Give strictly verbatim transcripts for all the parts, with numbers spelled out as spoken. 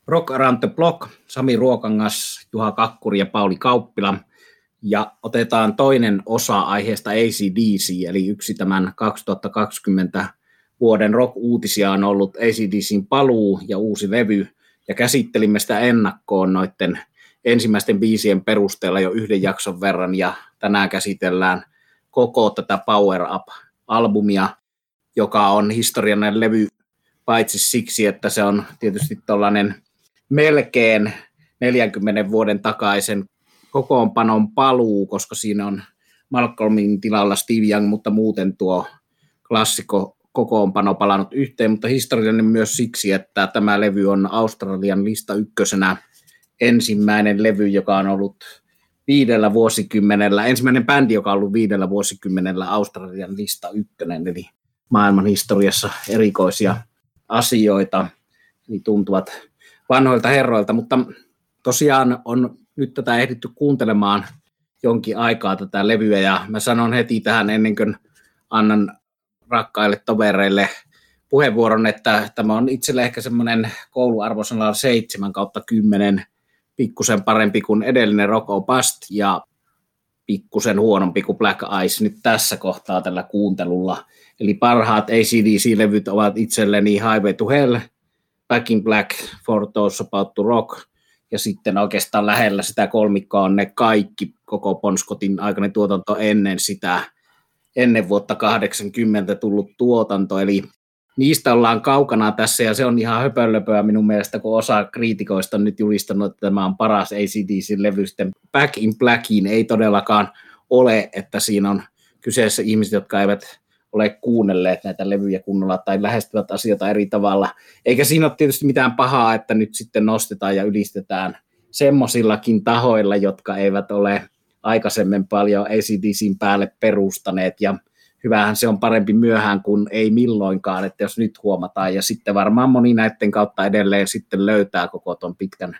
Rock Around the Block, Sami Ruokangas, Juha Kakkuri ja Pauli Kauppila. Ja otetaan toinen osa aiheesta A C D C, eli yksi tämän kaksituhattakaksikymmentä vuoden rock-uutisia on ollut A C D C:n paluu ja uusi levy. Ja käsittelimme sitä ennakkoon noiden ensimmäisten biisien perusteella jo yhden jakson verran. Ja tänään käsitellään koko tätä Power Up-albumia, joka on historiallinen levy, paitsi siksi, että se on tietysti tällainen melkein neljänkymmenen vuoden takaisen kokoonpanon paluu, koska siinä on Malcolmin tilalla Steve Young, mutta muuten tuo klassikko kokoonpano palannut yhteen, mutta historiallinen myös siksi, että tämä levy on Australian lista ykkösenä ensimmäinen levy, joka on ollut viidellä vuosikymmenellä, ensimmäinen bändi, joka on ollut viidellä vuosikymmenellä Australian lista ykkönen, eli maailman historiassa erikoisia asioita, niin tuntuvat vanhoilta herroilta, mutta tosiaan on nyt tätä ehditty kuuntelemaan jonkin aikaa tätä levyä, ja mä sanon heti tähän ennen kuin annan rakkaille tovereille puheenvuoron, että tämä on itselle ehkä semmoinen kouluarvosanalla seitsemän kautta kymmenen, pikkusen parempi kuin edellinen Rock or Bust, ja pikkusen huonompi kuin Black Ice nyt tässä kohtaa tällä kuuntelulla. Eli parhaat A C D C-levyt ovat itselleni Highway to Hell, Back in Black, For Those About to Rock, ja sitten oikeastaan lähellä sitä kolmikkoa on ne kaikki koko Bon Scottin aikainen tuotanto ennen sitä, ennen vuotta kahdeksankymmentä tullut tuotanto, eli niistä ollaan kaukana tässä, ja se on ihan höpölöpöä minun mielestä, kun osa kriitikoista on nyt julistanut, että tämä on paras A C D C-levy. Sitten Back in Blackiin ei todellakaan ole, että siinä on kyseessä ihmiset, jotka eivät ole kuunnelleet näitä levyjä kunnolla tai lähestyvät asioita eri tavalla. Eikä siinä ole tietysti mitään pahaa, että nyt sitten nostetaan ja ylistetään semmoisillakin tahoilla, jotka eivät ole aikaisemmin paljon A C D C:n päälle perustaneet, ja hyvähän se on parempi myöhään kuin ei milloinkaan, että jos nyt huomataan, ja sitten varmaan moni näiden kautta edelleen sitten löytää koko ton pitkän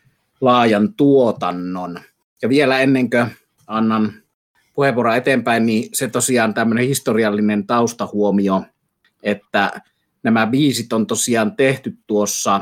laajan tuotannon. Ja vielä ennen kuin annan puheenvuoroa eteenpäin, niin se tosiaan tämmöinen historiallinen taustahuomio, että nämä biisit on tosiaan tehty tuossa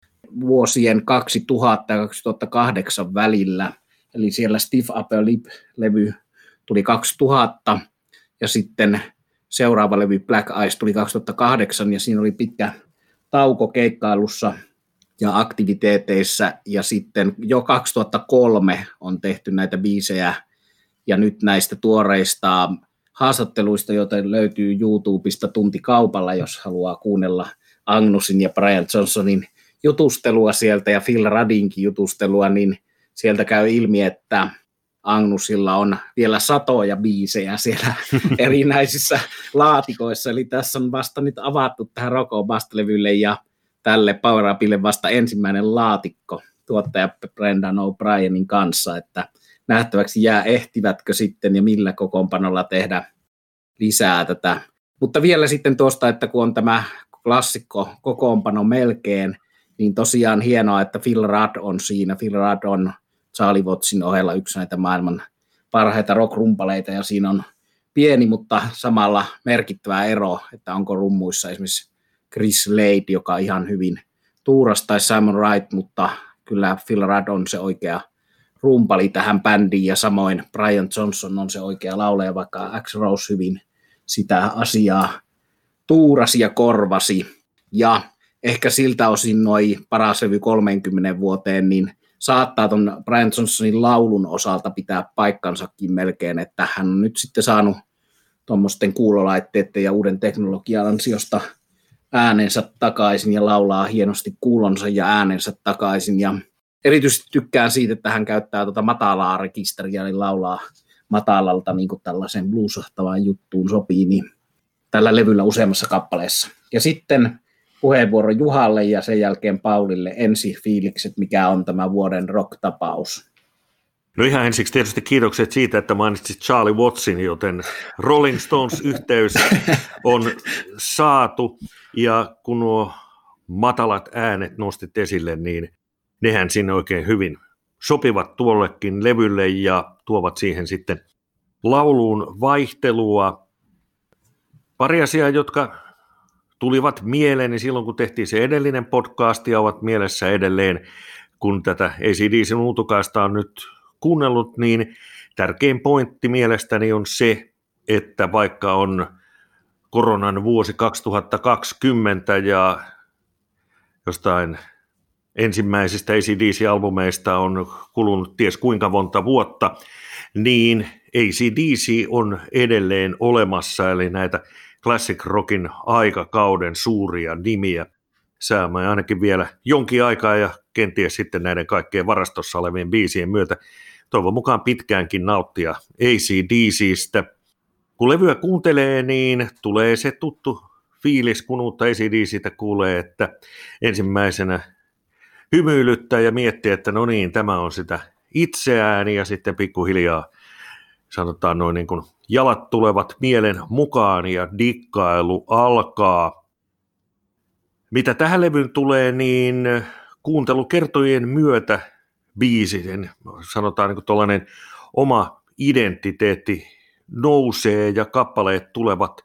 vuosien kaksituhatta ja kaksituhattakahdeksan välillä, eli siellä Stiff Upper Lip-levy tuli kaksituhatta, ja sitten seuraava levy Black Ice tuli kaksituhattakahdeksan, ja siinä oli pitkä tauko keikkailussa ja aktiviteeteissa, ja sitten jo kaksituhattakolme on tehty näitä biisejä, ja nyt näistä tuoreista haastatteluista, joita löytyy YouTubesta tuntikaupalla, jos haluaa kuunnella Agnusin ja Brian Johnsonin jutustelua sieltä ja Phil Ruddinkin jutustelua, niin sieltä käy ilmi, että Agnusilla on vielä satoja biisejä siellä erinäisissä laatikoissa, eli tässä on vasta nyt avattu tähän Rock or Bust-levylle ja tälle Power Upille vasta ensimmäinen laatikko tuottaja Brendan O'Brienin kanssa, että nähtäväksi jää, ehtivätkö sitten ja millä kokoonpanolla tehdä lisää tätä. Mutta vielä sitten tuosta, että kun on tämä klassikko kokoonpano melkein, niin tosiaan hienoa, että Phil Rudd on siinä. Phil Rudd on Charlie Wattsin ohella yksi näitä maailman parhaita rock-rumpaleita, ja siinä on pieni, mutta samalla merkittävä ero, että onko rummuissa esimerkiksi Chris Slade, joka ihan hyvin tuurasi, tai Simon Wright, mutta kyllä Phil Rudd on se oikea rumpali tähän bändiin, ja samoin Brian Johnson on se oikea laulaja, vaikka Axl Rose hyvin sitä asiaa tuurasi ja korvasi. Ja ehkä siltä osin noi paras levy kolmeenkymmeneen vuoteen, niin saattaa ton Brian Johnsonin laulun osalta pitää paikkansakin melkein, että hän on nyt sitten saanut tuommoisten kuulolaitteiden ja uuden teknologian ansiosta äänensä takaisin ja laulaa hienosti kuulonsa ja äänensä takaisin, ja erityisesti tykkään siitä, että hän käyttää tuota matalaa rekisteriä, eli laulaa matalalta niin kuin tällaisen bluesahtavaan juttuun sopii, niin tällä levyllä useammassa kappaleessa. Ja sitten puheenvuoro Juhalle ja sen jälkeen Paulille ensi fiilikset, mikä on tämä vuoden rock-tapaus. No ihan ensiksi tietysti kiitokset siitä, että mainitsit Charlie Wattsin, joten Rolling Stones-yhteys on saatu, ja kun nuo matalat äänet nostit esille, niin nehän sinne oikein hyvin sopivat tuollekin levylle ja tuovat siihen sitten lauluun vaihtelua. Pari asiaa, jotka tulivat mieleeni silloin, kun tehtiin se edellinen podcast, ja ovat mielessä edelleen, kun tätä A C D C:n uutukaista on nyt kuunnellut, niin tärkein pointti mielestäni on se, että vaikka on koronan vuosi kaksituhattakaksikymmentä ja jostain ensimmäisistä A C D C-albumeista on kulunut ties kuinka monta vuotta, niin A C D C on edelleen olemassa, eli näitä classic rockin aikakauden suuria nimiä saamme ainakin vielä jonkin aikaa ja kenties sitten näiden kaikkien varastossa olevien biisien myötä toivon mukaan pitkäänkin nauttia A C D C:stä. Kun levyä kuuntelee, niin tulee se tuttu fiilis, kun uutta A C D C:tä kuulee, että ensimmäisenä hymyilyttää ja miettii, että no niin, tämä on sitä itseään, ja sitten pikkuhiljaa sanotaan noin niin kuin jalat tulevat mielen mukaan ja dikkailu alkaa. Mitä tähän levyyn tulee, niin kuuntelukertojen myötä biisien, sanotaan niin kuin tuollainen oma identiteetti nousee ja kappaleet tulevat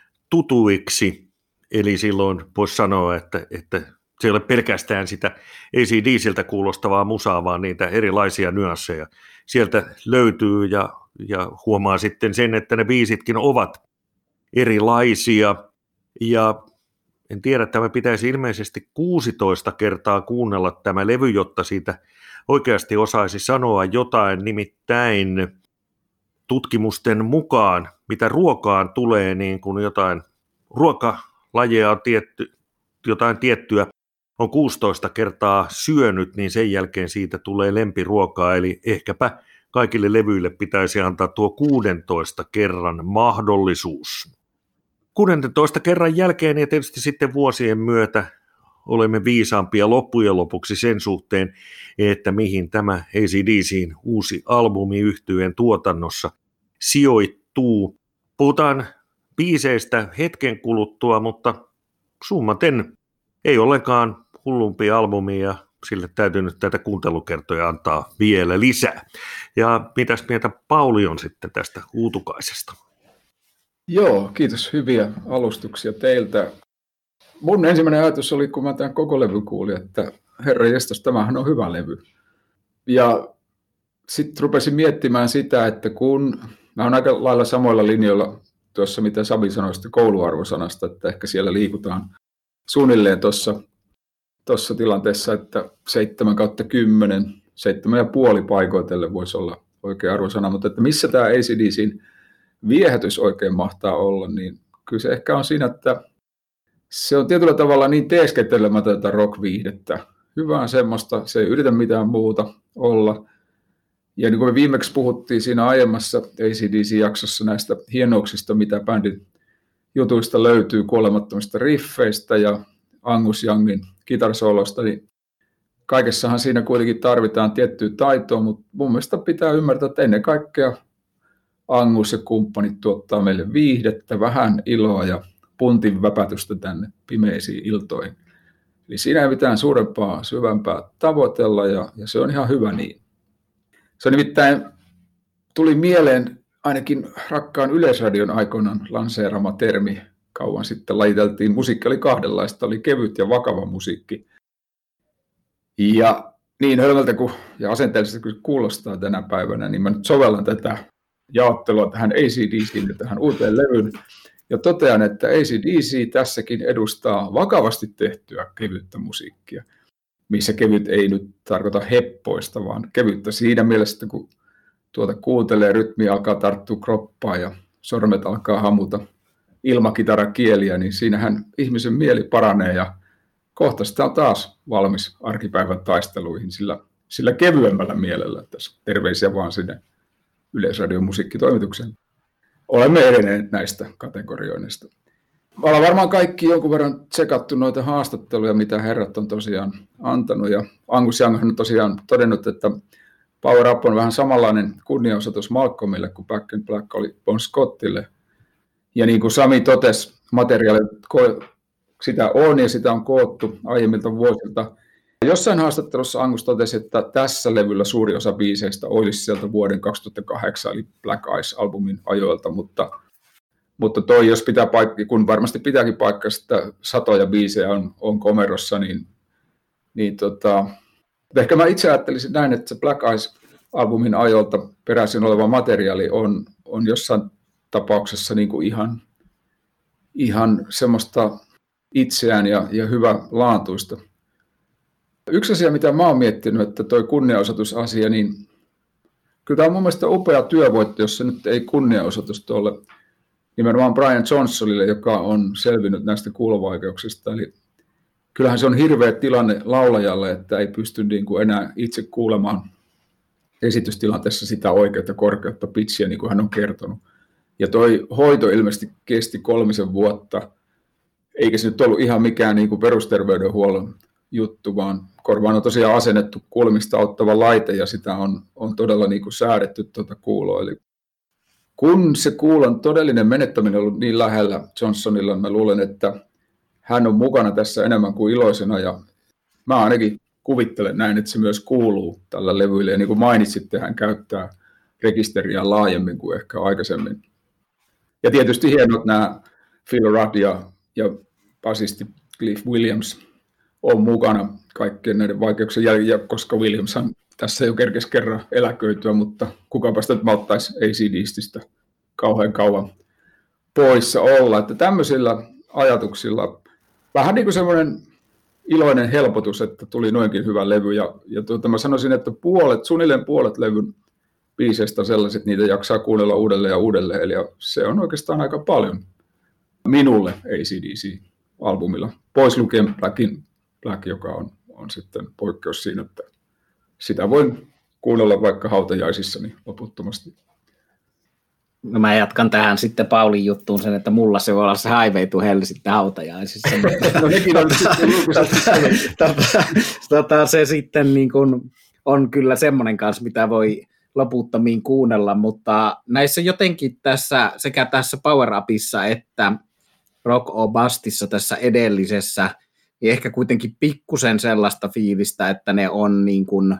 tutuiksi. Eli silloin voisi sanoa, että, että se ei ole pelkästään sitä A C D C:ltä kuulostavaa musaa, vaan niitä erilaisia nyansseja sieltä löytyy ja, ja huomaa sitten sen, että ne biisitkin ovat erilaisia. Ja en tiedä, että tämä pitäisi ilmeisesti kuusitoista kertaa kuunnella tämä levy, jotta siitä oikeasti osaisi sanoa jotain, nimittäin tutkimusten mukaan, mitä ruokaan tulee, niin kun jotain ruokalajeja on tietty, jotain tiettyä on kuusitoista kertaa syönyt, niin sen jälkeen siitä tulee lempiruokaa, eli ehkäpä kaikille levyille pitäisi antaa tuo kuudentoista kerran mahdollisuus. kuudentoista kerran jälkeen ja tietysti sitten vuosien myötä olemme viisaampia loppujen lopuksi sen suhteen, että mihin tämä A C D C:n uusi albumi yhtyeen tuotannossa sijoittuu. Puhutaan biiseistä hetken kuluttua, mutta summaten ei ollenkaan hullumpi albumi ja sille täytyy nyt tätä kuuntelukertoja antaa vielä lisää. Ja mitäs mieltä Pauli on sitten tästä uutukaisesta? Joo, kiitos. Hyviä alustuksia teiltä. Mun ensimmäinen ajatus oli, kun mä tämän koko levyn kuulin, että herra jestas, tämähän on hyvä levy. Ja sitten rupesin miettimään sitä, että kun mä oon aika lailla samoilla linjoilla tuossa, mitä Sami sanoi kouluarvosanasta, että ehkä siellä liikutaan suunnilleen tuossa tuossa tilanteessa, että seitsemän kautta kymmenen, seitsemän ja puoli paikoitelle voisi olla oikea arvosana, mutta että missä tämä A C D C:n viehätys oikein mahtaa olla, niin kyllä se ehkä on siinä, että se on tietyllä tavalla niin teeskentelemätöntä rock-viihdettä. Hyvää semmoista, se ei yritä mitään muuta olla. Ja niin kuin me viimeksi puhuttiin siinä aiemmassa A C D C-jaksossa näistä hienouksista, mitä bändin jutuista löytyy, kuolemattomista riffeistä ja Angus Youngin kitarsolosta, niin kaikessahan siinä kuitenkin tarvitaan tiettyä taitoa, mutta mun mielestä pitää ymmärtää, että ennen kaikkea Angus ja kumppanit tuottaa meille viihdettä, vähän iloa ja puntin väpätystä tänne pimeisiin iltoihin. Eli siinä ei mitään suurempaa, syvämpää tavoitella ja, ja se on ihan hyvä niin. Se on nimittäin, tuli mieleen ainakin rakkaan Yleisradion aikoinaan lanseerama termi, kauan sitten lajiteltiin, musiikki oli kahdenlaista, oli kevyt ja vakava musiikki. Ja niin hölmöltä kuin ja asenteellisesti kuin kuulostaa tänä päivänä, niin mä nyt sovellan tätä jaottelua tähän A C D C:in, tähän uuteen levyyn, ja totean, että A C D C tässäkin edustaa vakavasti tehtyä kevyttä musiikkia, missä kevyt ei nyt tarkoita heppoista, vaan kevyttä siinä mielessä, että kun tuota kuuntelee, rytmi alkaa tarttua kroppaan ja sormet alkaa hamuta ilmakitarakieliä, niin siinähän ihmisen mieli paranee ja kohta sitä on taas valmis arkipäivän taisteluihin sillä, sillä kevyemmällä mielellä. Tässä terveisiä vaan sinne Yleisradion musiikkitoimitukseen. Olemme edenneet näistä kategorioinnista. Ollaan varmaan kaikki jonkun verran tsekattu noita haastatteluja, mitä herrat on tosiaan antanut. Ja Angus Young on tosiaan todennut, että Power Up on vähän samanlainen kunnianosoitus Malcolmille kuin Back in Black oli Bon Scottille. Ja niin kuin Sami totesi, materiaali sitä on ja sitä on koottu aiemmilta vuosilta. Jossain haastattelussa Angus totesi, että tässä levyllä suuri osa biiseistä olisi sieltä vuoden kaksituhattakahdeksan eli Black Eyes-albumin ajoilta, mutta Mutta toi, jos pitää paikka, kun varmasti pitääkin paikkaa, että satoja biisejä on, on komerossa, niin, niin tota, ehkä mä itse ajattelisin näin, että se Black Eyes-albumin ajoilta peräisin oleva materiaali on, on jossain tapauksessa niin kuin ihan, ihan semmoista itseään ja, ja hyvä laantuista. Yksi asia, mitä mä oon miettinyt, että toi kunniaosoitusasia, niin kyllä tämä on mun mielestä upea työvoitto, jos se nyt ei kunniaosoitusta ole nimenomaan Brian Johnsonille, joka on selvinnyt näistä kuulovaikeuksista. Eli kyllähän se on hirveä tilanne laulajalle, että ei pysty niin kuin enää itse kuulemaan esitystilanteessa sitä oikeutta korkeutta pitchiä, niin kuin hän on kertonut. Ja toi hoito ilmeisesti kesti kolmisen vuotta, eikä se nyt ollut ihan mikään niin kuin perusterveydenhuollon juttu, vaan korvaan on tosiaan asennettu kuulemista auttava laite, ja sitä on, on todella niin kuin säädetty tuota kuuloa. Eli kun se kuulon todellinen menettäminen on ollut niin lähellä Johnsonilla, mä luulen, että hän on mukana tässä enemmän kuin iloisena, ja mä ainakin kuvittelen näin, että se myös kuuluu tällä levyllä, ja niin kuin mainitsitte, hän käyttää rekisteriä laajemmin kuin ehkä aikaisemmin. Ja tietysti hienot nämä Phil Rudd ja, ja basisti Cliff Williams on mukana kaikkien näiden vaikeuksien jälkeen, koska Williamshan tässä jo kerkesi kerran eläköityä, mutta kukapa sitä malttaisi A C D C:stä kauhean kauan poissa olla. Että tämmöisillä ajatuksilla vähän niin kuin semmoinen iloinen helpotus, että tuli noinkin hyvä levy. Ja, ja tuota, mä sanoisin, että puolet, suunnilleen puolet levyn biiseistä on sellaiset, että niitä jaksaa kuunnella uudelleen ja uudelleen. Eli se on oikeastaan aika paljon minulle A C D C-albumilla. Pois lukien Blackin, Black, joka on, on sitten poikkeus siinä, että sitä voin kuunnella vaikka hautajaisissani loputtomasti. No mä jatkan tähän sitten Paulin juttuun sen, että mulla se voi olla se Highway to Hell sitten hautajaisissa. No nekin on sitten tota, se sitten niin kuin on kyllä semmoinen kanssa, mitä voi loputtomiin kuunnella, mutta näissä jotenkin tässä, sekä tässä Power Upissa että Rock or Bustissa tässä edellisessä, niin ehkä kuitenkin pikkusen sellaista fiilistä, että ne on niin kuin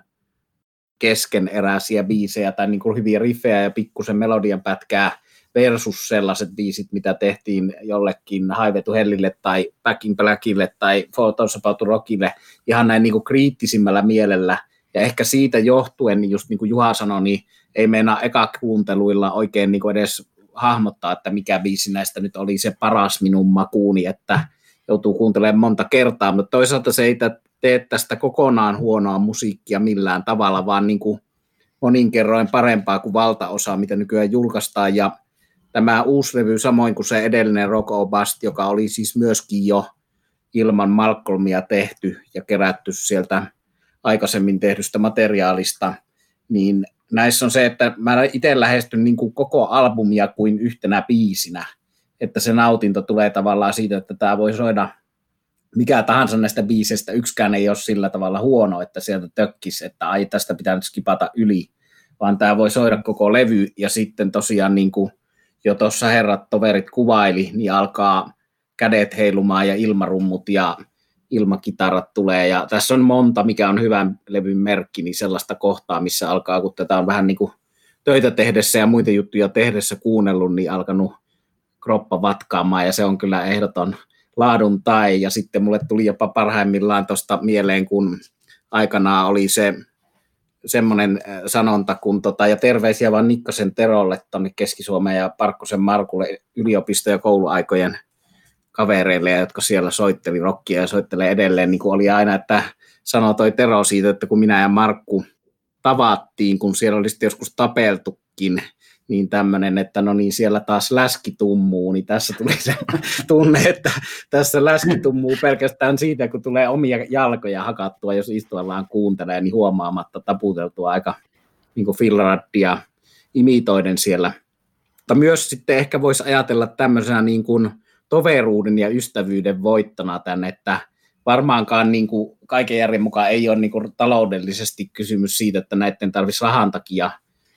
keskeneräisiä biisejä tai niin kuin hyviä riffejä ja pikkusen melodian pätkää versus sellaiset biisit, mitä tehtiin jollekin Highway to Hellille tai Back in Blackille tai Photos About Rockille ihan näin niin kuin kriittisimmällä mielellä. Ja ehkä siitä johtuen, niin just niin kuin Juha sanoi, niin ei meinaa eka kuunteluilla oikein niin kuin edes hahmottaa, että mikä biisi näistä nyt oli se paras minun makuuni, että joutuu kuuntelemaan monta kertaa, mutta toisaalta se ei tee tästä kokonaan huonoa musiikkia millään tavalla, vaan niin kuin monin kerroin parempaa kuin valtaosa, mitä nykyään julkaistaan, ja tämä uusi levy, samoin kuin se edellinen Rock or Bust, joka oli siis myöskin jo ilman Malcolmia tehty ja kerätty sieltä aikaisemmin tehdystä materiaalista, niin näissä on se, että mä itse lähestyn niin kuin koko albumia kuin yhtenä biisinä, että se nautinto tulee tavallaan siitä, että tämä voi soida mikä tahansa näistä biiseistä, yksikään ei ole sillä tavalla huono, että sieltä tökkisi, että ai tästä pitää nyt skipata yli, vaan tämä voi soida koko levy, ja sitten tosiaan niin kuin jo tuossa herrat toverit kuvaili, niin alkaa kädet heilumaan ja ilmarummut ja ilmakitarat tulee, ja tässä on monta, mikä on hyvän levyn merkki, niin sellaista kohtaa, missä alkaa, kun tätä on vähän niin kuin töitä tehdessä ja muita juttuja tehdessä kuunnellut, niin alkanut kroppa vatkaamaan, ja se on kyllä ehdoton laadun tai, ja sitten mulle tuli jopa parhaimmillaan tuosta mieleen, kun aikanaan oli se semmoinen sanonta, kun tota, ja terveisiä vaan Nikkasen Terolle tuonne Keski-Suomeen ja Parkkosen Markulle yliopisto- ja kouluaikojen kavereille, jotka siellä soitteli rockia ja soittelee edelleen, niin kuin oli aina, että sanoi toi Tero siitä, että kun minä ja Markku tavattiin, kun siellä oli sitten joskus tapeltukin, niin tämmöinen, että no niin, siellä taas läski tummuu, niin tässä tuli se tunne, että tässä läski tummuu pelkästään siitä, kun tulee omia jalkoja hakattua, jos istuallaan kuuntelee, niin huomaamatta taputeltua aika niin kuin Phil Ruddia imitoiden siellä. Mutta myös sitten ehkä voisi ajatella tämmöisenä niin kuin toveruuden ja ystävyyden voittona tänne, että varmaankaan niin kuin kaiken järjen mukaan ei ole niin kuin taloudellisesti kysymys siitä, että näiden tarvitsisi rahan takia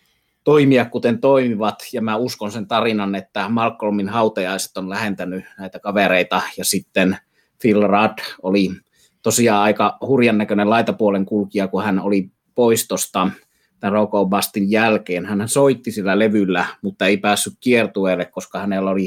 toimia kuten toimivat, ja mä uskon sen tarinan, että Malcolmin hautajaiset on lähentänyt näitä kavereita, ja sitten Phil Rudd oli tosiaan aika hurjan näköinen laitapuolen kulkija, kun hän oli poistosta tämän Rock or Bustin jälkeen. Hän soitti sillä levyllä, mutta ei päässyt kiertueelle, koska hänellä oli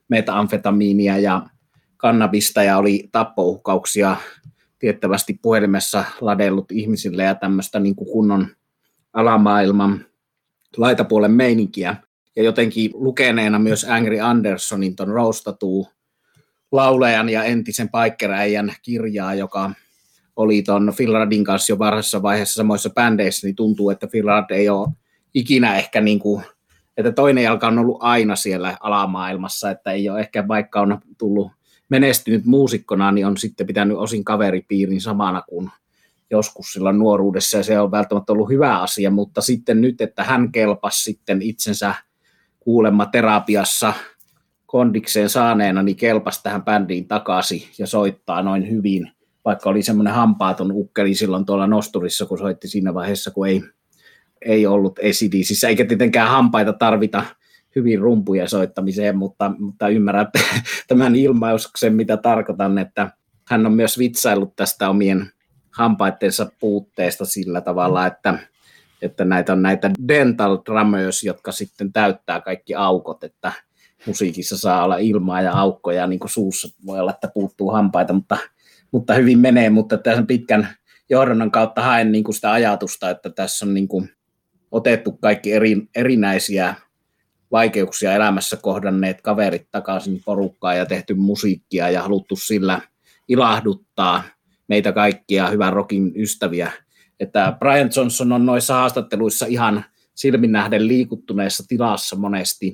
metamfetamiinia ja kannabista ja oli tappouhkauksia tiettävästi puhelimessa ladellut ihmisille ja tämmöistä niin kuin kunnon alamaailman laitapuolen meininkiä. Ja jotenkin lukeneena myös Angry Andersonin ton Roastatuu laulajan ja entisen paikkeräijän kirjaa, joka oli ton Phil Ruddin kanssa jo varhaisessa vaiheessa samoissa bändeissä, niin tuntuu, että Phil Rudd ei ole ikinä ehkä niin kuin, että toinen jalka on ollut aina siellä alamaailmassa, että ei ole ehkä vaikka on tullut menestynyt muusikkona, niin on sitten pitänyt osin kaveripiirin samana kuin joskus silloin nuoruudessa, ja se on välttämättä ollut hyvä asia, mutta sitten nyt, että hän kelpasi sitten itsensä kuulemma terapiassa kondikseen saaneena, niin kelpasi tähän bändiin takaisin ja soittaa noin hyvin, vaikka oli semmoinen hampaaton ukkeli silloin tuolla nosturissa, kun soitti siinä vaiheessa, kun ei, ei ollut A C D C:ssä, eikä tietenkään hampaita tarvita hyvin rumpuja soittamiseen, mutta, mutta ymmärrät tämän ilmauksen, mitä tarkoitan, että hän on myös vitsaillut tästä omien hampaittensa puutteesta sillä tavalla, että, että näitä on näitä dental drummers, jotka sitten täyttää kaikki aukot, että musiikissa saa olla ilmaa ja aukkoja, niin kuin suussa voi olla, että puuttuu hampaita, mutta, mutta hyvin menee, mutta tämän pitkän johdannon kautta haen niin kuin sitä ajatusta, että tässä on niin kuin otettu kaikki eri, erinäisiä vaikeuksia elämässä kohdanneet kaverit takaisin porukkaan ja tehty musiikkia ja haluttu sillä ilahduttaa meitä kaikkia hyvän rockin ystäviä. Että Brian Johnson on noissa haastatteluissa ihan silmin nähden liikuttuneessa tilassa monesti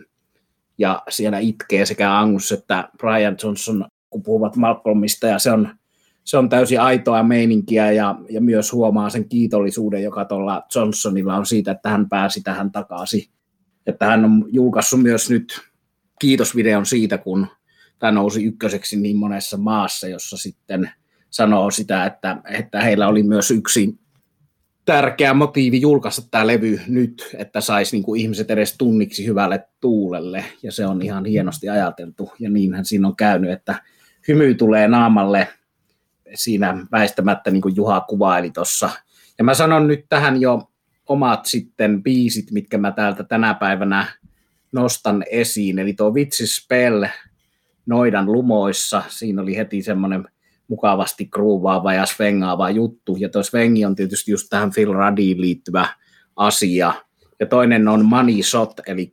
ja siellä itkee sekä Angus että Brian Johnson, kun puhuvat Malcolmista, ja se on, se on täysin aitoa meininkiä ja, ja myös huomaa sen kiitollisuuden, joka tuolla Johnsonilla on siitä, että hän pääsi tähän takaisin. Että hän on julkaissut myös nyt kiitosvideon siitä, kun tämä nousi ykköseksi niin monessa maassa, jossa sitten sanoo sitä, että, että heillä oli myös yksi tärkeä motiivi julkaista tämä levy nyt, että saisi niin kuin ihmiset edes tunniksi hyvälle tuulelle, ja se on ihan hienosti ajateltu, ja niinhän siinä on käynyt, että hymy tulee naamalle siinä väistämättä, niin kuin Juha kuvaili tuossa. Ja mä sanon nyt tähän jo omat sitten biisit, mitkä mä täältä tänä päivänä nostan esiin, eli tuo Witch's Spell Noidan lumoissa, siinä oli heti semmoinen mukavasti groovaava ja svengaava juttu, ja tuo svengi on tietysti just tähän Phil Ruddiin liittyvä asia, ja toinen on Money Shot, eli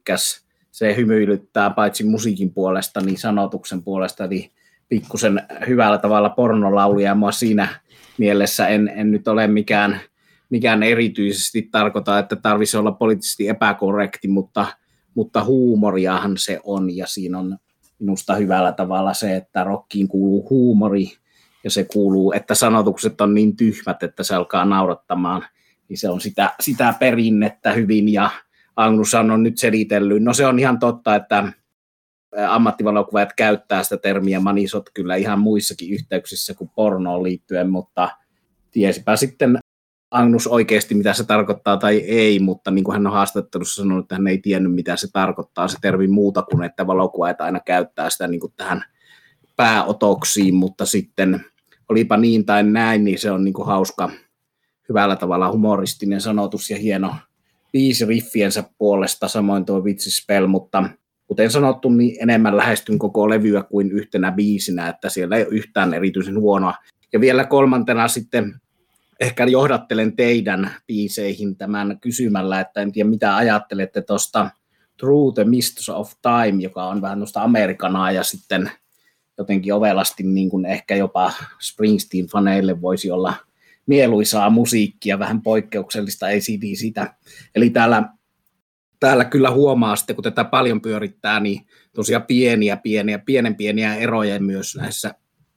se hymyilyttää paitsi musiikin puolesta, niin sanotuksen puolesta, eli pikkusen hyvällä tavalla pornolauluja, ja mua siinä mielessä en, en nyt ole mikään, mikään erityisesti tarkoita, että tarvitsisi olla poliittisesti epäkorrekti, mutta, mutta huumoriahan se on, ja siinä on minusta hyvällä tavalla se, että rockiin kuuluu huumori, ja se kuuluu, että sanotukset on niin tyhmät, että se alkaa naurattamaan, niin se on sitä, sitä perinnettä hyvin, ja Angus on nyt selitellyt. No se on ihan totta, että ammattivalokuvajat käyttää sitä termiä manisot kyllä ihan muissakin yhteyksissä kuin pornoon liittyen, mutta tiesipä sitten Angus oikeasti, mitä se tarkoittaa tai ei, mutta niin kuin hän on haastattelussa sanonut, että hän ei tiennyt, mitä se tarkoittaa, se termi muuta kuin, että valokuvaajat aina käyttää sitä niin kuin tähän pääotoksiin, mutta sitten olipa niin tai näin, niin se on niin kuin hauska, hyvällä tavalla humoristinen sanotus ja hieno biisi riffiensä puolesta, samoin tuo Witch's Spell, mutta kuten sanottu, niin enemmän lähestyn koko levyä kuin yhtenä biisinä, että siellä ei ole yhtään erityisen huonoa. Ja vielä kolmantena sitten ehkä johdattelen teidän biiseihin tämän kysymällä, että en tiedä mitä ajattelette tuosta Through the Mists of Time, joka on vähän noista amerikanaa ja sitten jotenkin ovelasti niin kuin ehkä jopa Springsteen-faneille voisi olla mieluisaa musiikkia, vähän poikkeuksellista A C D sitä. Eli täällä, täällä kyllä huomaa sitten, kun tätä paljon pyörittää, niin tosiaan pieniä, pieniä, pienen pieniä eroja myös näissä,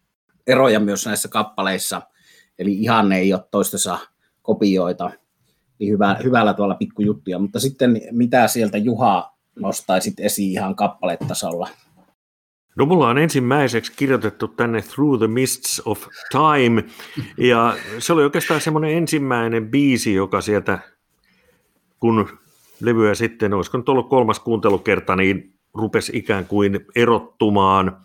eroja myös näissä kappaleissa. Eli ihan ei ole toistensa kopioita, niin hyvä, hyvällä tuolla pikkujuttuja. Mutta sitten mitä sieltä Juha nostaisit esiin ihan kappaletasolla? No mulla on ensimmäiseksi kirjoitettu tänne Through the Mists of Time, ja se oli oikeastaan semmoinen ensimmäinen biisi, joka sieltä, kun levyä sitten, olisiko nyt ollut kolmas kuuntelukerta, niin rupesi ikään kuin erottumaan.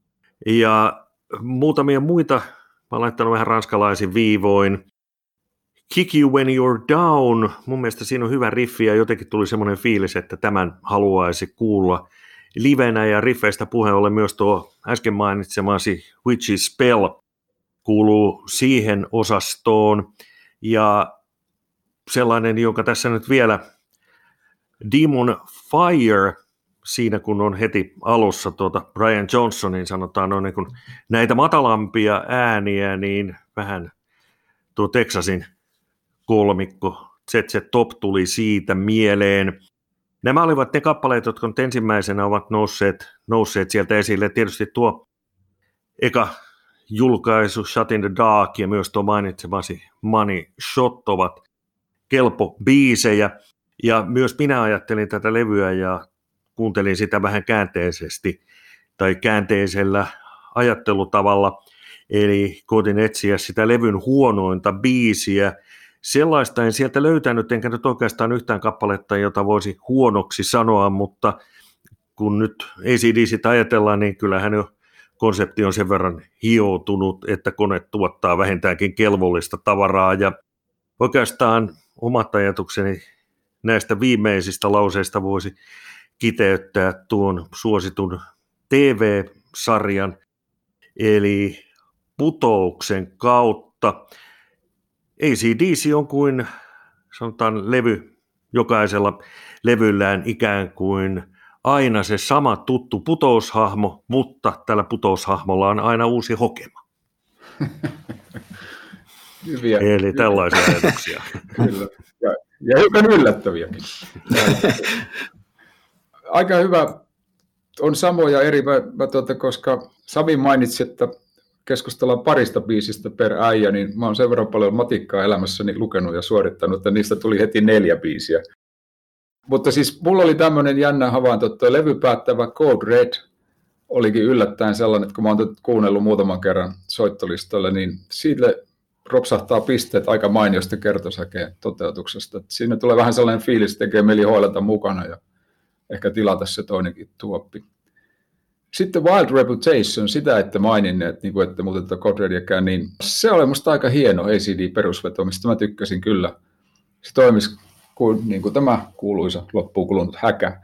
Ja muutamia muita, mä oon laittanut vähän ranskalaisin viivoin. Kick You When You're Down, mun mielestä siinä on hyvä riffi, ja jotenkin tuli semmoinen fiilis, että tämän haluaisi kuulla livenä ja riffeistä puheen ollen myös tuo äsken mainitsemasi Witch's Spell kuuluu siihen osastoon. Ja sellainen, jonka tässä nyt vielä Demon Fire, siinä kun on heti alussa tuota Brian Johnsonin sanotaan on niin kuin näitä matalampia ääniä, niin vähän tuo Texasin kolmikko Z Z Top tuli siitä mieleen. Nämä olivat ne kappaleet, jotka nyt ensimmäisenä ovat nousseet, nousseet sieltä esille. Tietysti tuo eka julkaisu Shut in the Dark ja myös tuo mainitsemasi Money Shot ovat kelpo biisejä. Ja myös minä ajattelin tätä levyä ja kuuntelin sitä vähän käänteisesti tai käänteisellä ajattelutavalla. Eli koitin etsiä sitä levyn huonointa biisiä. Sellaista en sieltä löytänyt, enkä nyt oikeastaan yhtään kappaletta, jota voisi huonoksi sanoa, mutta kun nyt A C D C ajatellaan, niin kyllähän jo konsepti on sen verran hioutunut, että kone tuottaa vähintäänkin kelvollista tavaraa. Ja oikeastaan omat ajatukseni näistä viimeisistä lauseista voisi kiteyttää tuon suositun T V-sarjan, eli Putouksen kautta. A C D C on kuin, sanotaan, levy jokaisella levyllään ikään kuin aina se sama tuttu putoushahmo, mutta tällä putoushahmolla on aina uusi hokema. Hyviä, Eli hyviä. tällaisia ajatuksia. Kyllä. Ja, ja hiukan yllättäviäkin. Aika hyvä. On samoja eri, mä, mä tuota, koska Sami mainitsi, että keskustellaan parista biisistä per äijä, niin mä oon sen verran paljon matikkaa elämässäni lukenut ja suorittanut, että niistä tuli heti neljä biisiä. Mutta siis mulla oli tämmöinen jännä havainto, että levypäättävä Code Red olikin yllättäen sellainen, että kun mä oon kuunnellut muutaman kerran soittolistoille, niin siitä ropsahtaa pisteet aika mainiosta kertosäkeen toteutuksesta. Että siinä tulee vähän sellainen fiilis, että tekee mieli hoilata mukana ja ehkä tilata se toinenkin tuoppi. Sitten Wild Reputation, sitä ette maininneet, niin kuin ette muuten tätä Code Rediäkään, niin se oli musta aika hieno A C D-perusveto, mistä mä tykkäsin kyllä. Se toimisi kuin, niin kuin tämä kuuluisa loppuun kulunut häkä.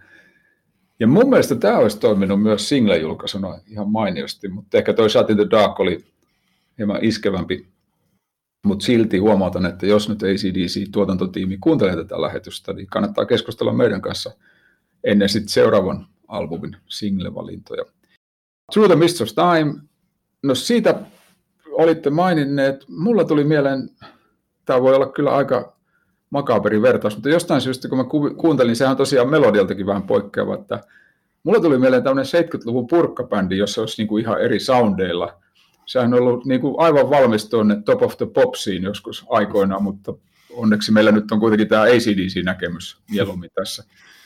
Ja mun mielestä tämä olisi toiminut myös single-julkaisuna ihan mainiosti, mutta ehkä toi Shut in the Dark oli hieman iskevämpi. Mutta silti huomautan, että jos nyt A C D C-tuotantotiimi kuuntelee tätä lähetystä, niin kannattaa keskustella meidän kanssa ennen sitten seuraavan albumin single-valintoja. Through the Mists of Time, no siitä olitte maininneet, mulla tuli mieleen, tämä voi olla kyllä aika makaberi vertaus, mutta jostain syystä kun mä kuuntelin, sehän on tosiaan melodialtakin vähän poikkeava, että mulla tuli mieleen tämmöinen seitsemänkymmentäluvun purkkabändi, jossa olisi niinku ihan eri soundeilla. Sehän on ollut niinku aivan valmis tuonne Top of the Popsiin joskus aikoinaan, mutta onneksi meillä nyt on kuitenkin tämä A C D C-näkemys mieluummin tässä.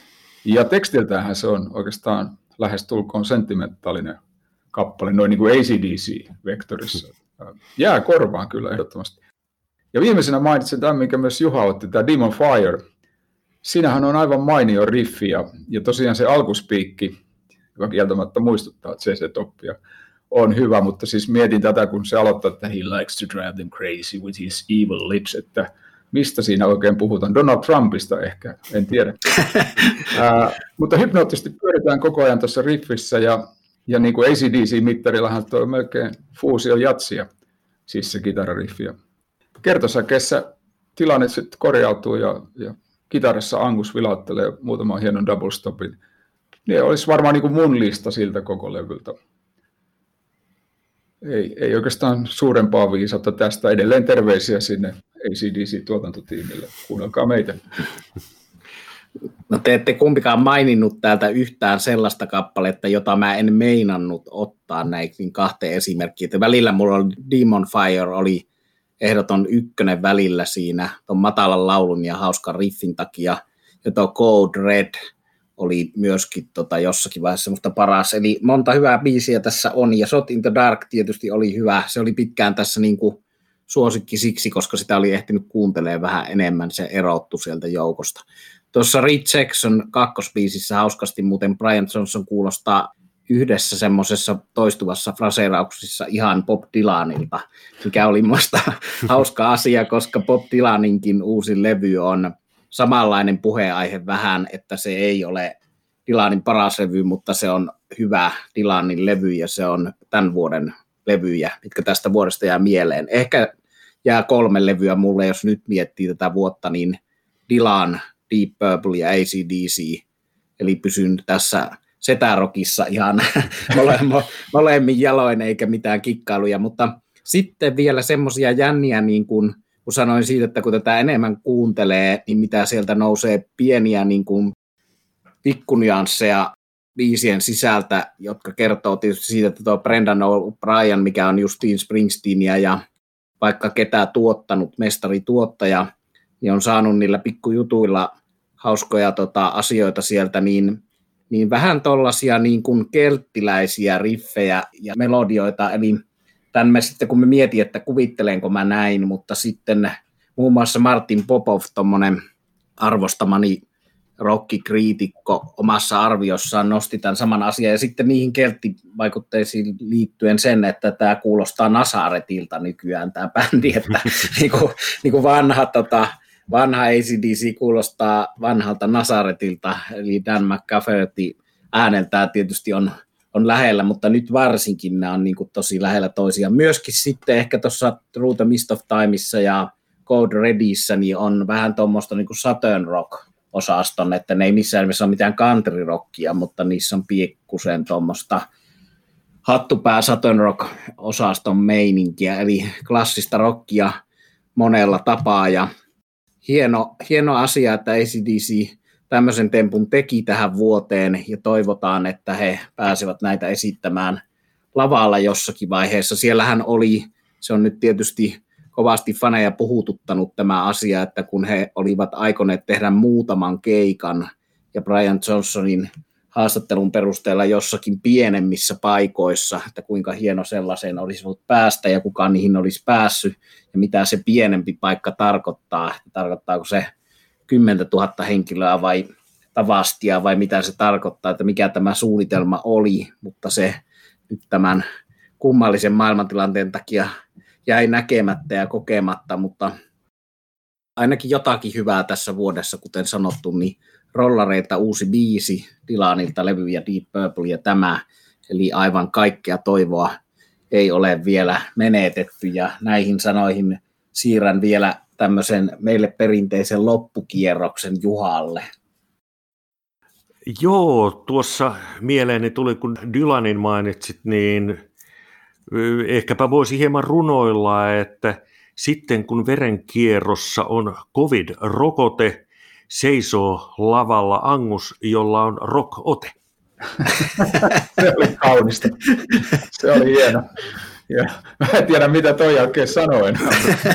Ja tekstiltäänhän se on oikeastaan lähestulkoon sentimentaalinen kappale, noin niin kuin A C D C-vektorissa. Jää korvaan kyllä ehdottomasti. Ja viimeisenä mainitsen tämän, minkä myös Juha otti, tämä Demon Fire. Siinähän on aivan mainio riffi ja, ja tosiaan se alkuspiikki, joka kieltämättä muistuttaa C C-toppia, on hyvä, mutta siis mietin tätä, kun se aloittaa, että he likes to drive them crazy with his evil lips, että mistä siinä oikein puhutaan? Donald Trumpista ehkä, en tiedä. Ää, mutta hypnoottisesti pyöritään koko ajan tuossa riffissä ja, ja niin kuin A C D C-mittarillahan tuo melkein fuusio jatsia, siis se kitarariffi. Kertosäkeessä tilanne sitten korjautuu ja, ja kitarassa Angus vilauttelee muutaman hienon double stopin. Niin olisi varmaan niin kuin mun lista siltä koko levyltä. Ei, ei oikeastaan suurempaa viisautta tästä. Edelleen terveisiä sinne A C D C-tuotantotiimille. Kuunnelkaa meitä. No te ette kumpikaan maininnut täältä yhtään sellaista kappaletta, jota mä en meinannut ottaa näihin kahteen esimerkkiin. Että välillä mulla oli Demon Fire oli ehdoton ykkönen välillä siinä ton matalan laulun ja hauskan riffin takia. Ja tuo Code Red oli myöskin tota jossakin vaiheessa semmoista paras. Eli monta hyvää biisiä tässä on. Ja Shot in the Dark tietysti oli hyvä. Se oli pitkään tässä niinku suosikki siksi, koska sitä oli ehtinyt kuuntelemaan vähän enemmän. Se erottui sieltä joukosta. Tuossa Rejection kakkosbiisissä hauskasti muuten Brian Johnson kuulostaa yhdessä semmoisessa toistuvassa fraseerauksessa ihan Bob Dylanilta, mikä oli musta hauska asia, koska Bob Dylaninkin uusi levy on samanlainen puheenaihe vähän, että se ei ole Dylanin paras levy, mutta se on hyvä Dylanin levy ja se on tämän vuoden levyjä, mitkä tästä vuodesta jää mieleen. Ehkä jää kolme levyä mulle, jos nyt miettii tätä vuotta, niin Dylan, Deep Purple ja A C D C, eli pysyn tässä setärokissa ihan molemmin jaloin eikä mitään kikkailuja, mutta sitten vielä semmoisia jänniä, niin kuin, kun sanoin siitä, että kun tätä enemmän kuuntelee, niin mitä sieltä nousee pieniä niin kuin pikkunyansseja biisien sisältä, jotka kertoo tietysti siitä, että tuo Brendan O'Brien, mikä on Justin Springsteenia ja vaikka ketä tuottanut, mestarituottaja, niin on saanut niillä pikkujutuilla hauskoja tota, asioita sieltä, niin, niin vähän tollaisia niin kuin kelttiläisiä riffejä ja melodioita, eli tämän me sitten kun me mietin, että kuvittelenko mä näin, mutta sitten muun muassa Martin Popov, tommonen arvostamani rockikriitikko omassa arviossaan nosti tämän saman asian, ja sitten niihin kelttivaikutteisiin liittyen sen, että tämä kuulostaa Nazaretilta nykyään tämä bändi, että niin kuin, niin kuin vanha, tota, vanha A C D C kuulostaa vanhalta Nazaretilta, eli Dan McCafferty ääneltään tietysti on, on lähellä, mutta nyt varsinkin nämä on niin kuin tosi lähellä toisiaan. Myöskin sitten ehkä tuossa Through the Mist of Timeissa ja Code Redissä niin on vähän tuommoista niin kuin Southern Rock osaston, että ne ei missään nimessä ole mitään country rockia, mutta niissä on pikkusen tuommoista hattupää Southern Rock-osaston meininkiä, eli klassista rockia monella tapaa, ja hieno, hieno asia, että A C D C tämmöisen tempun teki tähän vuoteen, ja toivotaan, että he pääsevät näitä esittämään lavalla jossakin vaiheessa. Siellähän oli, se on nyt tietysti kovasti faneja puhututtanut tämä asia, että kun he olivat aikoneet tehdä muutaman keikan ja Brian Johnsonin haastattelun perusteella jossakin pienemmissä paikoissa, että kuinka hieno sellaiseen olisi voinut päästä ja kukaan niihin olisi päässyt ja mitä se pienempi paikka tarkoittaa. Tarkoittaako se kymmentätuhatta henkilöä vai tavastia vai mitä se tarkoittaa, että mikä tämä suunnitelma oli, mutta se nyt tämän kummallisen maailmantilanteen takia jäi näkemättä ja kokematta, mutta ainakin jotakin hyvää tässä vuodessa, kuten sanottu, niin Rollareilta uusi biisi, Dylanilta levy ja Deep Purple ja tämä, eli aivan kaikkea toivoa ei ole vielä menetetty, ja näihin sanoihin siirrän vielä tämmöisen meille perinteisen loppukierroksen Juhalle. Joo, tuossa mieleeni tuli, kun Dylanin mainitsit, niin ehkäpä voisi hieman runoilla, että sitten kun verenkierrossa on covid-rokote, seisoo lavalla Angus, jolla on rock-ote. Se oli kaunista. Se oli hieno. Ja mä en tiedä, mitä toi oikein sanoi enää.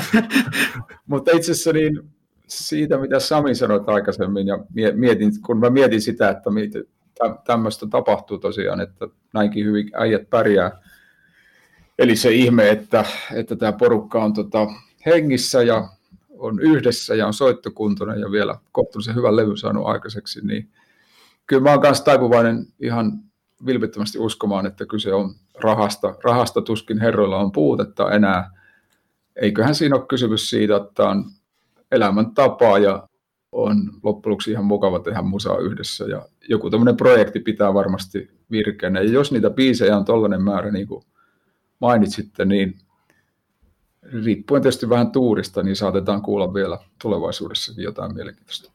Mutta itse asiassa niin siitä, mitä Sami sanoi aikaisemmin, ja mietin, kun mä mietin sitä, että tämmöistä tapahtuu tosiaan, että näinkin hyvin äijät pärjää. Eli se ihme, että, että tämä porukka on tota hengissä ja on yhdessä ja on soittokuntoinen ja vielä kohtuullisen hyvän levy saanut aikaiseksi, niin kyllä mä oon kanssa taipuvainen ihan vilpittömästi uskomaan, että kyse on rahasta. Rahasta tuskin herroilla on puutetta enää. Eiköhän siinä ole kysymys siitä, että on elämäntapaa ja on loppujen lopuksi ihan mukava tehdä musaa yhdessä. Ja joku tämmöinen projekti pitää varmasti virkeänä. Ja jos niitä biisejä on tollainen määrä, niin kuin mainitsitte, niin riippuen tietysti vähän tuurista, niin saatetaan kuulla vielä tulevaisuudessakin jotain mielenkiintoista.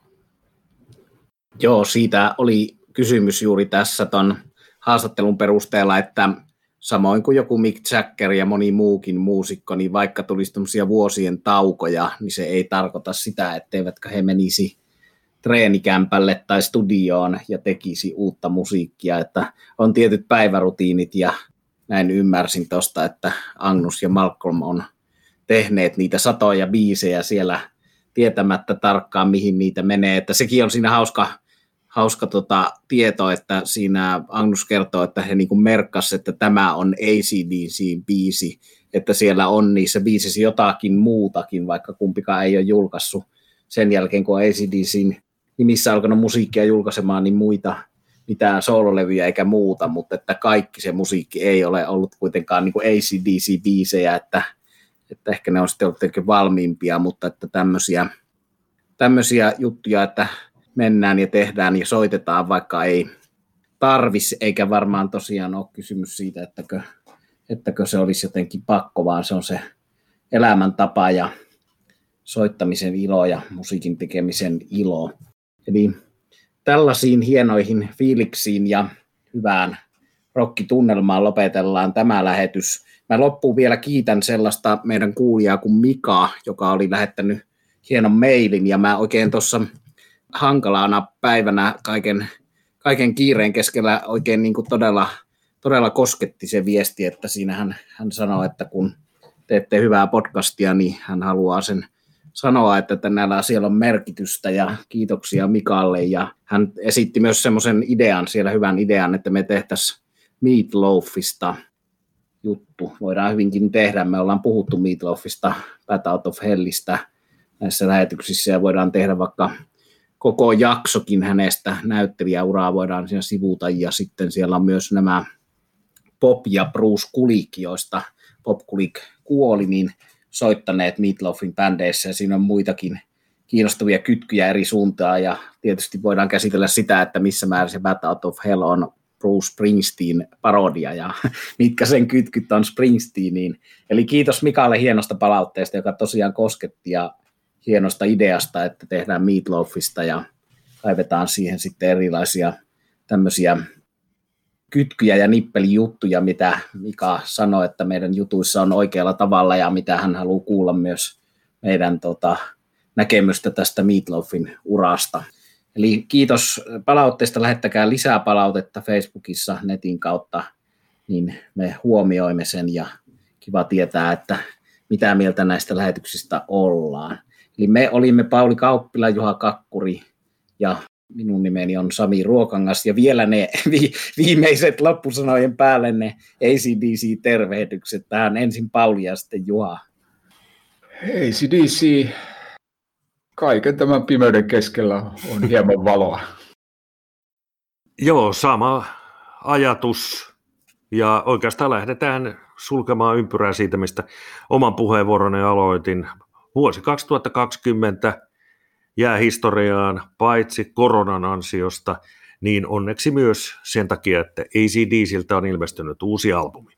Joo, siitä oli kysymys juuri tässä ton haastattelun perusteella, että samoin kuin joku Mick Jagger ja moni muukin muusikko, niin vaikka tulisi tämmöisiä vuosien taukoja, niin se ei tarkoita sitä, etteivätkö he menisi treenikämpälle tai studioon ja tekisi uutta musiikkia, että on tietyt päivärutiinit ja näin ymmärsin tuosta, että Angus ja Malcolm on tehneet niitä satoja biisejä siellä tietämättä tarkkaan, mihin niitä menee. Että sekin on siinä hauska, hauska tota tieto, että siinä Angus kertoo, että he niin kuin merkkasivat, että tämä on A C D C-biisi, että siellä on niissä biisissä jotakin muutakin, vaikka kumpikaan ei ole julkaissut sen jälkeen, kun A C D C:n nimissä alkanut musiikkia julkaisemaan, niin muita mitään soololevyjä eikä muuta, mutta että kaikki se musiikki ei ole ollut kuitenkaan niin kuin A C D C-biisejä, että, että ehkä ne on sitten ollut valmiimpia, mutta että tämmöisiä, tämmöisiä juttuja, että mennään ja tehdään ja soitetaan, vaikka ei tarvis, eikä varmaan tosiaan ole kysymys siitä, ettäkö, ettäkö se olisi jotenkin pakko, vaan se on se elämäntapa ja soittamisen ilo ja musiikin tekemisen ilo. Eli tällaisiin hienoihin fiiliksiin ja hyvään rockitunnelmaan lopetellaan tämä lähetys. Mä loppuun vielä kiitän sellaista meidän kuulijaa kuin Mika, joka oli lähettänyt hienon mailin, ja mä oikein tuossa hankalana päivänä kaiken, kaiken kiireen keskellä oikein niin kuin todella, todella kosketti se viesti, että siinä hän, hän sanoi, että kun teette hyvää podcastia, niin hän haluaa sen sanoa, että näillä asioilla on merkitystä, ja kiitoksia Mikalle, ja hän esitti myös semmoisen idean, siellä hyvän idean, että me tehtäisiin Meatloafista juttu. Voidaan hyvinkin tehdä, me ollaan puhuttu Meatloafista, Bat Out of Hellistä näissä lähetyksissä, ja voidaan tehdä vaikka koko jaksokin hänestä, näyttelijäuraa voidaan siinä sivuta, ja sitten siellä on myös nämä Bob ja Bruce Kulick, joista Bob Kulick kuoli, niin soittaneet Meatloafin bändeissä, ja siinä on muitakin kiinnostavia kytkyjä eri suuntaan, ja tietysti voidaan käsitellä sitä, että missä määrin se Bat Out of Hell on Bruce Springsteen parodia, ja mitkä sen kytkyt on Springsteeniin. Eli kiitos Mikalle hienosta palautteesta, joka tosiaan kosketti, ja hienosta ideasta, että tehdään Meatloafista, ja kaivetaan siihen sitten erilaisia tämmöisiä kytkyjä ja nippelijuttuja, mitä Mika sanoi, että meidän jutuissa on oikealla tavalla, ja mitä hän haluaa kuulla myös meidän tota, näkemystä tästä Meatloafin urasta. Eli kiitos palautteesta, lähettäkää lisää palautetta Facebookissa netin kautta, niin me huomioimme sen, ja kiva tietää, että mitä mieltä näistä lähetyksistä ollaan. Eli me olimme Pauli Kauppila, Juha Kakkuri ja minun nimeni on Sami Ruokangas, ja vielä ne vi- viimeiset loppusanojen päälle ne A C D C-tervehdykset. Tähän ensin Pauli ja sitten Juha. A C D C, kaiken tämän pimeyden keskellä on hieman valoa. Joo, sama ajatus, ja oikeastaan lähdetään sulkemaan ympyrää siitä, mistä oman puheenvuoroni aloitin. Vuosi kaksituhattakaksikymmentä jää historiaan paitsi koronan ansiosta, niin onneksi myös sen takia, että A C D C:ltä on ilmestynyt uusi albumi.